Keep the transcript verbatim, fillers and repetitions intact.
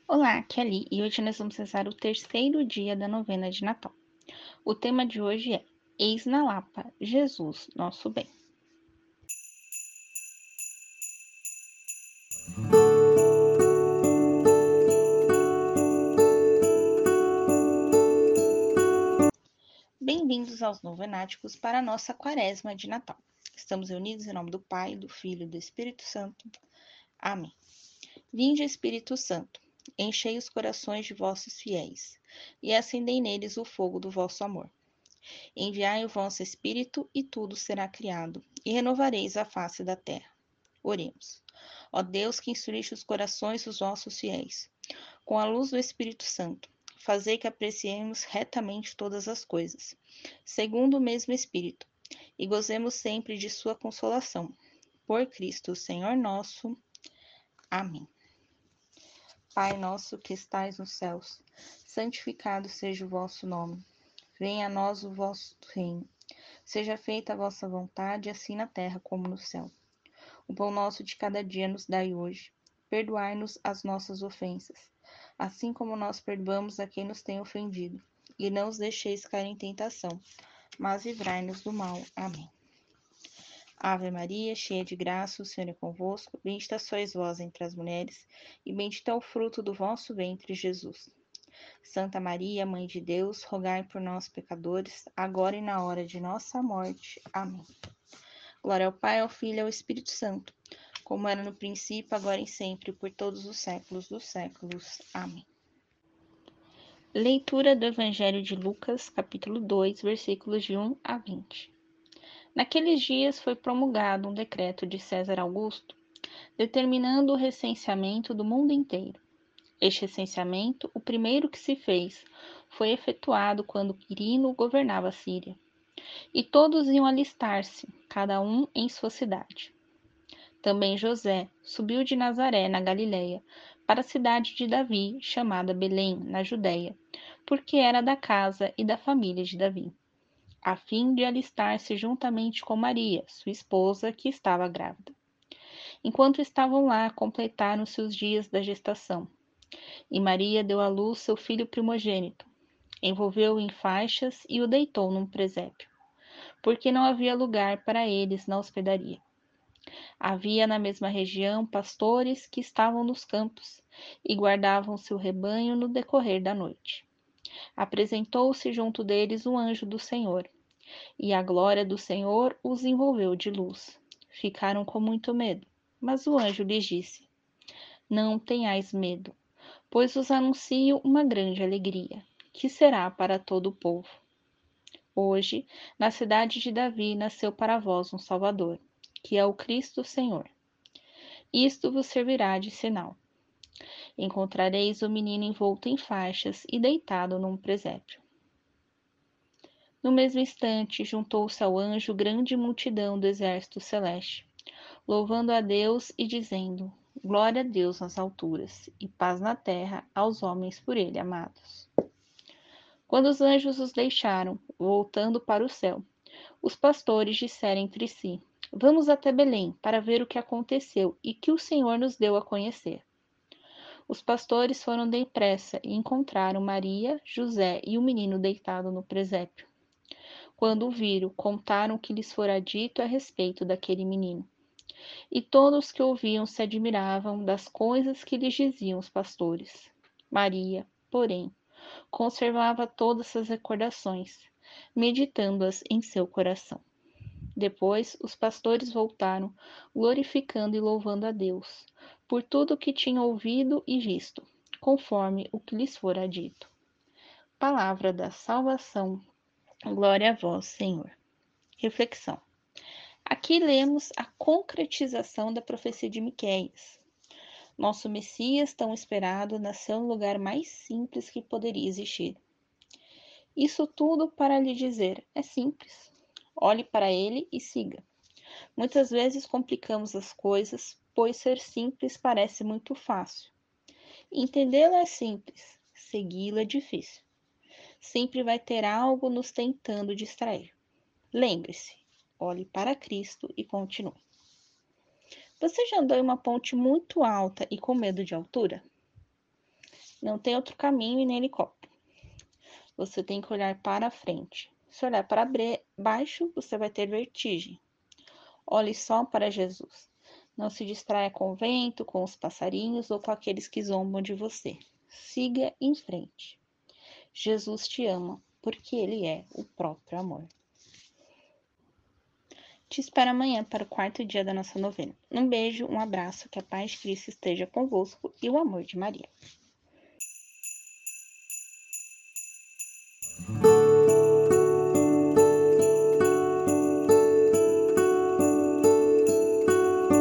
Olá, aqui é Ali e hoje nós vamos rezar o terceiro dia da novena de Natal. O tema de hoje é Eis na Lapa, Jesus, nosso bem. Bem-vindos aos novenáticos para a nossa quaresma de Natal. Estamos reunidos em nome do Pai, do Filho e do Espírito Santo. Amém. Vinde, Espírito Santo, enchei os corações de vossos fiéis e acendei neles o fogo do vosso amor. Enviai o vosso Espírito e tudo será criado, e renovareis a face da terra. Oremos. Ó Deus, que instruíste os corações dos vossos fiéis, com a luz do Espírito Santo, fazei que apreciemos retamente todas as coisas, segundo o mesmo Espírito, e gozemos sempre de sua consolação. Por Cristo, Senhor nosso. Amém. Pai nosso que estais nos céus, santificado seja o vosso nome. Venha a nós o vosso reino. Seja feita a vossa vontade, assim na terra como no céu. O pão nosso de cada dia nos dai hoje. Perdoai-nos as nossas ofensas, assim como nós perdoamos a quem nos tem ofendido. E não os deixeis cair em tentação, mas livrai-nos do mal. Amém. Ave Maria, cheia de graça, o Senhor é convosco. Bendita sois vós entre as mulheres, e bendito é o fruto do vosso ventre, Jesus. Santa Maria, Mãe de Deus, rogai por nós, pecadores, agora e na hora de nossa morte. Amém. Glória ao Pai, ao Filho e ao Espírito Santo, como era no princípio, agora e sempre, por todos os séculos dos séculos. Amém. Leitura do Evangelho de Lucas, capítulo dois, versículos de um a vinte. Naqueles dias foi promulgado um decreto de César Augusto, determinando o recenseamento do mundo inteiro. Este recenseamento, o primeiro que se fez, foi efetuado quando Quirino governava a Síria. E todos iam alistar-se, cada um em sua cidade. Também José subiu de Nazaré, na Galiléia, para a cidade de Davi, chamada Belém, na Judéia, porque era da casa e da família de Davi, a fim de alistar-se juntamente com Maria, sua esposa, que estava grávida. Enquanto estavam lá, completaram-se os dias da gestação, e Maria deu à luz seu filho primogênito, envolveu-o em faixas e o deitou num presépio, porque não havia lugar para eles na hospedaria. Havia na mesma região pastores que estavam nos campos e guardavam seu rebanho no decorrer da noite. Apresentou-se junto deles um anjo do Senhor, e a glória do Senhor os envolveu de luz. Ficaram com muito medo, mas o anjo lhes disse: Não tenhais medo, pois vos anuncio uma grande alegria, que será para todo o povo. Hoje, na cidade de Davi, nasceu para vós um Salvador, que é o Cristo Senhor. Isto vos servirá de sinal. Encontrareis o menino envolto em faixas e deitado num presépio. No mesmo instante, juntou-se ao anjo grande multidão do exército celeste, louvando a Deus e dizendo: Glória a Deus nas alturas, e paz na terra aos homens por ele amados. Quando os anjos os deixaram, voltando para o céu, os pastores disseram entre si: Vamos até Belém para ver o que aconteceu e que o Senhor nos deu a conhecer. Os pastores foram depressa e encontraram Maria, José e o menino deitado no presépio. Quando o viram, contaram o que lhes fora dito a respeito daquele menino. E todos que ouviam se admiravam das coisas que lhes diziam os pastores. Maria, porém, conservava todas as recordações, meditando-as em seu coração. Depois, os pastores voltaram, glorificando e louvando a Deus, por tudo o que tinham ouvido e visto, conforme o que lhes fora dito. Palavra da salvação. Glória a vós, Senhor. Reflexão. Aqui lemos a concretização da profecia de Miqueias. Nosso Messias, tão esperado, nasceu no lugar mais simples que poderia existir. Isso tudo para lhe dizer, é simples. Olhe para ele e siga. Muitas vezes complicamos as coisas, pois ser simples parece muito fácil. Entendê-la é simples, segui-la é difícil. Sempre vai ter algo nos tentando distrair. Lembre-se, olhe para Cristo e continue. Você já andou em uma ponte muito alta e com medo de altura? Não tem outro caminho e nem helicóptero. Você tem que olhar para frente. Se olhar para baixo, você vai ter vertigem. Olhe só para Jesus. Não se distraia com o vento, com os passarinhos ou com aqueles que zombam de você. Siga em frente. Jesus te ama, porque Ele é o próprio amor. Te espero amanhã para o quarto dia da nossa novena. Um beijo, um abraço, que a paz de Cristo esteja convosco e o amor de Maria.